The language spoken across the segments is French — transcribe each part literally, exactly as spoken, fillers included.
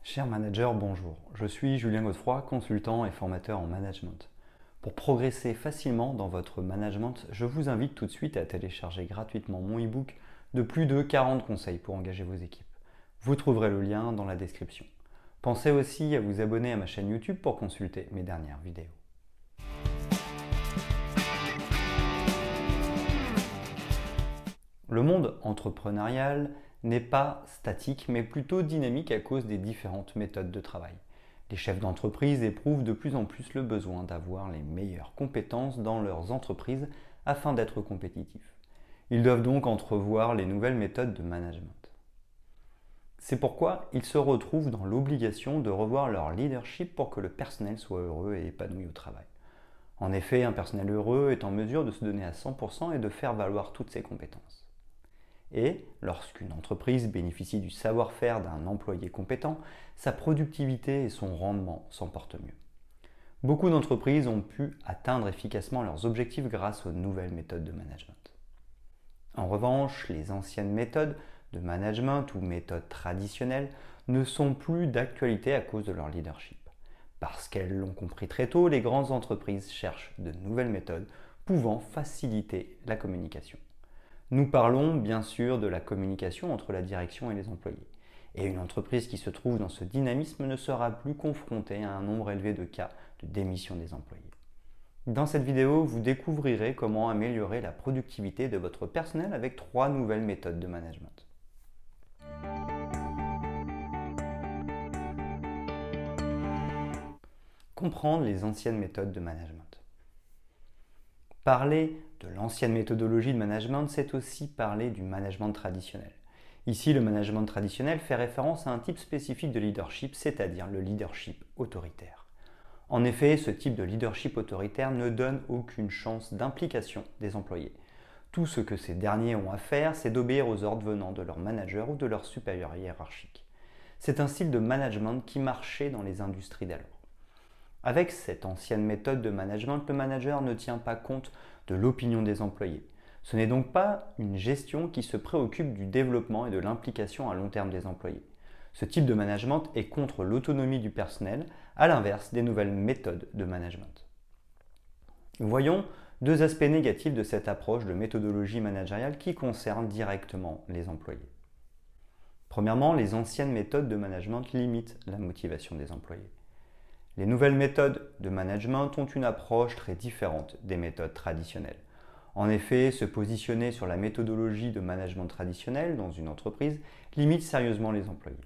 Cher manager, bonjour. Je suis Julien Godefroy, consultant et formateur en management. Pour progresser facilement dans votre management, je vous invite tout de suite à télécharger gratuitement mon e-book de plus de quarante conseils pour engager vos équipes. Vous trouverez le lien dans la description. Pensez aussi à vous abonner à ma chaîne YouTube pour consulter mes dernières vidéos. Le monde entrepreneurial n'est pas statique mais plutôt dynamique à cause des différentes méthodes de travail. Les chefs d'entreprise éprouvent de plus en plus le besoin d'avoir les meilleures compétences dans leurs entreprises afin d'être compétitifs. Ils doivent donc entrevoir les nouvelles méthodes de management. C'est pourquoi ils se retrouvent dans l'obligation de revoir leur leadership pour que le personnel soit heureux et épanoui au travail. En effet, un personnel heureux est en mesure de se donner à cent pour cent et de faire valoir toutes ses compétences. Et lorsqu'une entreprise bénéficie du savoir-faire d'un employé compétent, sa productivité et son rendement s'en portent mieux. Beaucoup d'entreprises ont pu atteindre efficacement leurs objectifs grâce aux nouvelles méthodes de management. En revanche, les anciennes méthodes de management ou méthodes traditionnelles ne sont plus d'actualité à cause de leur leadership. Parce qu'elles l'ont compris très tôt, les grandes entreprises cherchent de nouvelles méthodes pouvant faciliter la communication. Nous parlons bien sûr de la communication entre la direction et les employés. Et une entreprise qui se trouve dans ce dynamisme ne sera plus confrontée à un nombre élevé de cas de démission des employés. Dans cette vidéo, vous découvrirez comment améliorer la productivité de votre personnel avec trois nouvelles méthodes de management. Comprendre les anciennes méthodes de management. Parler de l'ancienne méthodologie de management, c'est aussi parler du management traditionnel. Ici, le management traditionnel fait référence à un type spécifique de leadership, c'est-à-dire le leadership autoritaire. En effet, ce type de leadership autoritaire ne donne aucune chance d'implication des employés. Tout ce que ces derniers ont à faire, c'est d'obéir aux ordres venant de leur manager ou de leur supérieur hiérarchique. C'est un style de management qui marchait dans les industries d'alors. Avec cette ancienne méthode de management, le manager ne tient pas compte de l'opinion des employés. Ce n'est donc pas une gestion qui se préoccupe du développement et de l'implication à long terme des employés. Ce type de management est contre l'autonomie du personnel, à l'inverse des nouvelles méthodes de management. Voyons deux aspects négatifs de cette approche de méthodologie managériale qui concerne directement les employés. Premièrement, les anciennes méthodes de management limitent la motivation des employés. Les nouvelles méthodes de management ont une approche très différente des méthodes traditionnelles. En effet, se positionner sur la méthodologie de management traditionnelle dans une entreprise limite sérieusement les employés.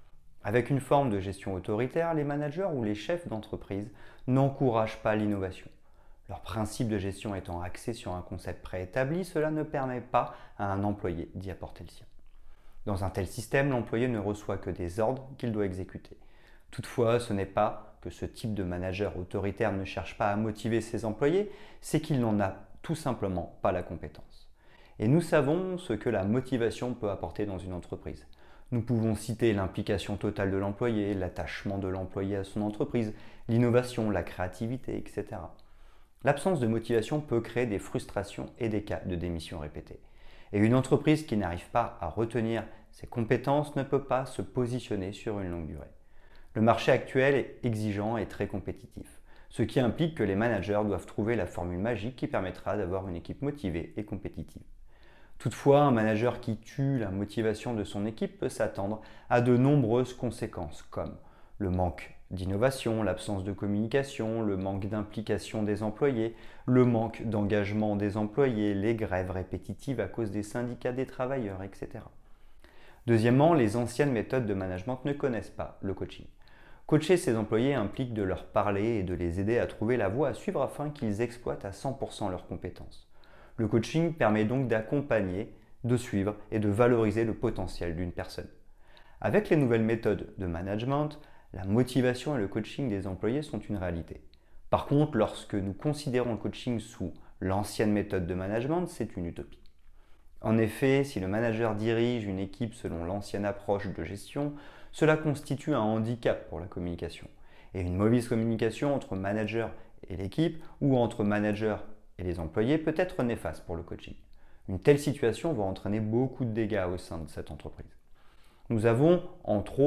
Avec une forme de gestion autoritaire, les managers ou les chefs d'entreprise n'encouragent pas l'innovation. Leur principe de gestion étant axé sur un concept préétabli, cela ne permet pas à un employé d'y apporter le sien. Dans un tel système, l'employé ne reçoit que des ordres qu'il doit exécuter. Toutefois, ce n'est pas que ce type de manager autoritaire ne cherche pas à motiver ses employés, c'est qu'il n'en a tout simplement pas la compétence. Et nous savons ce que la motivation peut apporter dans une entreprise. Nous pouvons citer l'implication totale de l'employé, l'attachement de l'employé à son entreprise, l'innovation, la créativité, et cetera. L'absence de motivation peut créer des frustrations et des cas de démission répétés. Et une entreprise qui n'arrive pas à retenir ses compétences ne peut pas se positionner sur une longue durée. Le marché actuel est exigeant et très compétitif, ce qui implique que les managers doivent trouver la formule magique qui permettra d'avoir une équipe motivée et compétitive. Toutefois, un manager qui tue la motivation de son équipe peut s'attendre à de nombreuses conséquences comme le manque d'innovation, l'absence de communication, le manque d'implication des employés, le manque d'engagement des employés, les grèves répétitives à cause des syndicats des travailleurs, et cetera. Deuxièmement, les anciennes méthodes de management ne connaissent pas le coaching. Coacher ses employés implique de leur parler et de les aider à trouver la voie à suivre afin qu'ils exploitent à cent pour cent leurs compétences. Le coaching permet donc d'accompagner, de suivre et de valoriser le potentiel d'une personne. Avec les nouvelles méthodes de management, la motivation et le coaching des employés sont une réalité. Par contre, lorsque nous considérons le coaching sous l'ancienne méthode de management, c'est une utopie. En effet, si le manager dirige une équipe selon l'ancienne approche de gestion, cela constitue un handicap pour la communication. Et une mauvaise communication entre manager et l'équipe ou entre manager et les employés peut être néfaste pour le coaching. Une telle situation va entraîner beaucoup de dégâts au sein de cette entreprise. Nous avons, entre autres,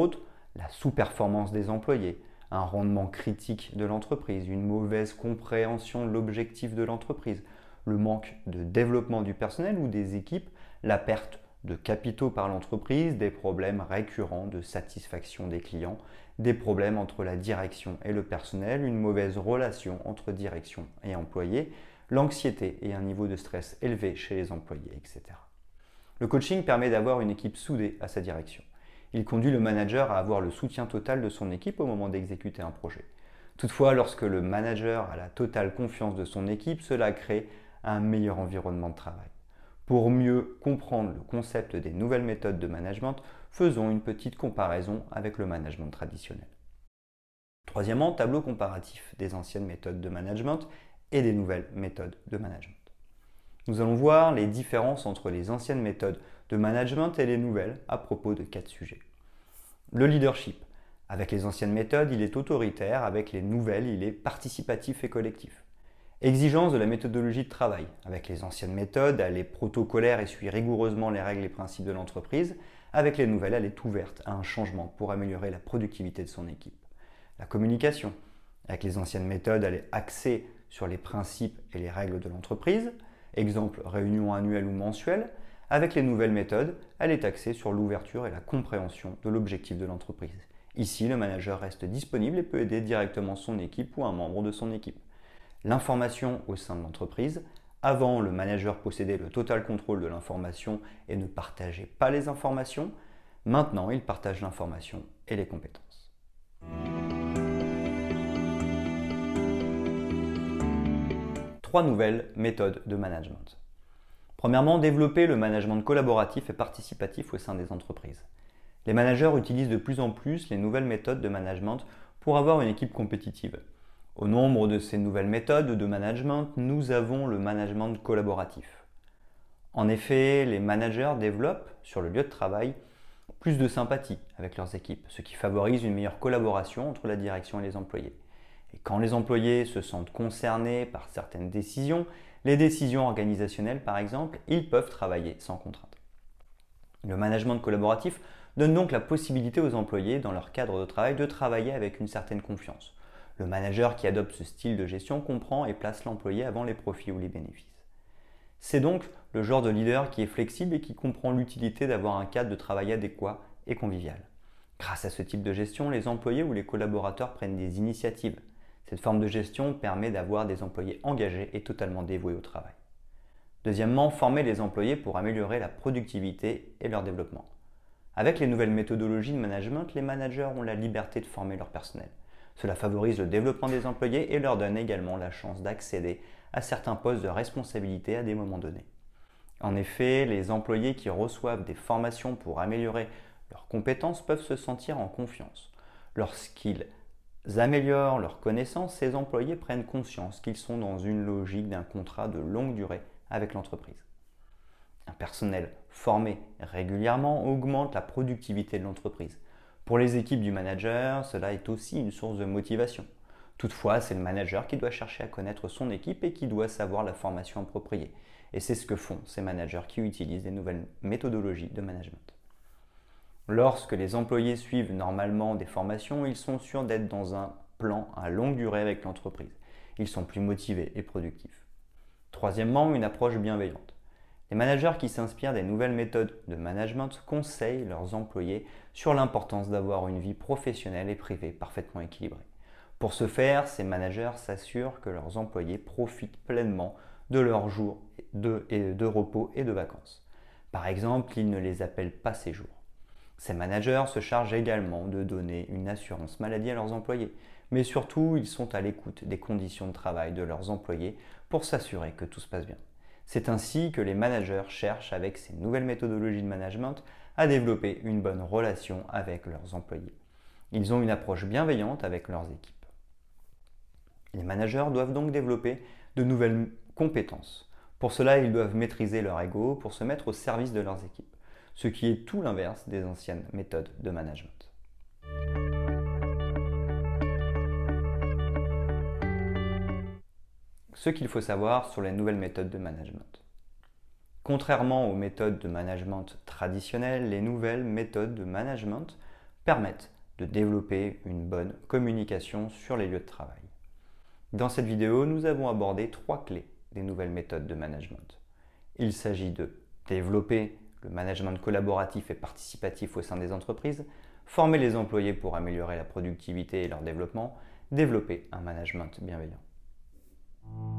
la sous-performance des employés, un rendement critique de l'entreprise, une mauvaise compréhension de l'objectif de l'entreprise, le manque de développement du personnel ou des équipes, la perte de capitaux par l'entreprise, des problèmes récurrents de satisfaction des clients, des problèmes entre la direction et le personnel, une mauvaise relation entre direction et employés, l'anxiété et un niveau de stress élevé chez les employés, et cetera. Le coaching permet d'avoir une équipe soudée à sa direction. Il conduit le manager à avoir le soutien total de son équipe au moment d'exécuter un projet. Toutefois, lorsque le manager a la totale confiance de son équipe, cela crée un meilleur environnement de travail. Pour mieux comprendre le concept des nouvelles méthodes de management, faisons une petite comparaison avec le management traditionnel. Troisièmement, tableau comparatif des anciennes méthodes de management et des nouvelles méthodes de management. Nous allons voir les différences entre les anciennes méthodes de management et les nouvelles à propos de quatre sujets. Le leadership. Avec les anciennes méthodes, il est autoritaire, avec les nouvelles, il est participatif et collectif. Exigence de la méthodologie de travail. Avec les anciennes méthodes, elle est protocolaire et suit rigoureusement les règles et principes de l'entreprise. Avec les nouvelles, elle est ouverte à un changement pour améliorer la productivité de son équipe. La communication. Avec les anciennes méthodes, elle est axée sur les principes et les règles de l'entreprise. Exemple, réunion annuelle ou mensuelle. Avec les nouvelles méthodes, elle est axée sur l'ouverture et la compréhension de l'objectif de l'entreprise. Ici, le manager reste disponible et peut aider directement son équipe ou un membre de son équipe. L'information au sein de l'entreprise. Avant, le manager possédait le total contrôle de l'information et ne partageait pas les informations. Maintenant, il partage l'information et les compétences. Trois nouvelles méthodes de management. Premièrement, développer le management collaboratif et participatif au sein des entreprises. Les managers utilisent de plus en plus les nouvelles méthodes de management pour avoir une équipe compétitive. Au nombre de ces nouvelles méthodes de management, nous avons le management collaboratif. En effet, les managers développent sur le lieu de travail plus de sympathie avec leurs équipes, ce qui favorise une meilleure collaboration entre la direction et les employés. Et quand les employés se sentent concernés par certaines décisions, les décisions organisationnelles par exemple, ils peuvent travailler sans contrainte. Le management collaboratif donne donc la possibilité aux employés, dans leur cadre de travail, de travailler avec une certaine confiance. Le manager qui adopte ce style de gestion comprend et place l'employé avant les profits ou les bénéfices. C'est donc le genre de leader qui est flexible et qui comprend l'utilité d'avoir un cadre de travail adéquat et convivial. Grâce à ce type de gestion, les employés ou les collaborateurs prennent des initiatives. Cette forme de gestion permet d'avoir des employés engagés et totalement dévoués au travail. Deuxièmement, former les employés pour améliorer la productivité et leur développement. Avec les nouvelles méthodologies de management, les managers ont la liberté de former leur personnel. Cela favorise le développement des employés et leur donne également la chance d'accéder à certains postes de responsabilité à des moments donnés. En effet, les employés qui reçoivent des formations pour améliorer leurs compétences peuvent se sentir en confiance. Lorsqu'ils améliorent leurs connaissances, ces employés prennent conscience qu'ils sont dans une logique d'un contrat de longue durée avec l'entreprise. Un personnel formé régulièrement augmente la productivité de l'entreprise. Pour les équipes du manager, cela est aussi une source de motivation. Toutefois, c'est le manager qui doit chercher à connaître son équipe et qui doit savoir la formation appropriée. Et c'est ce que font ces managers qui utilisent des nouvelles méthodologies de management. Lorsque les employés suivent normalement des formations, ils sont sûrs d'être dans un plan à longue durée avec l'entreprise. Ils sont plus motivés et productifs. Troisièmement, une approche bienveillante. Les managers qui s'inspirent des nouvelles méthodes de management conseillent leurs employés sur l'importance d'avoir une vie professionnelle et privée parfaitement équilibrée. Pour ce faire, ces managers s'assurent que leurs employés profitent pleinement de leurs jours de, de repos et de vacances. Par exemple, ils ne les appellent pas séjours. Ces managers se chargent également de donner une assurance maladie à leurs employés, mais surtout, ils sont à l'écoute des conditions de travail de leurs employés pour s'assurer que tout se passe bien. C'est ainsi que les managers cherchent, avec ces nouvelles méthodologies de management, à développer une bonne relation avec leurs employés. Ils ont une approche bienveillante avec leurs équipes. Les managers doivent donc développer de nouvelles compétences. Pour cela, ils doivent maîtriser leur ego pour se mettre au service de leurs équipes, ce qui est tout l'inverse des anciennes méthodes de management. Ce qu'il faut savoir sur les nouvelles méthodes de management. Contrairement aux méthodes de management traditionnelles, les nouvelles méthodes de management permettent de développer une bonne communication sur les lieux de travail. Dans cette vidéo, nous avons abordé trois clés des nouvelles méthodes de management. Il s'agit de développer le management collaboratif et participatif au sein des entreprises, former les employés pour améliorer la productivité et leur développement, développer un management bienveillant.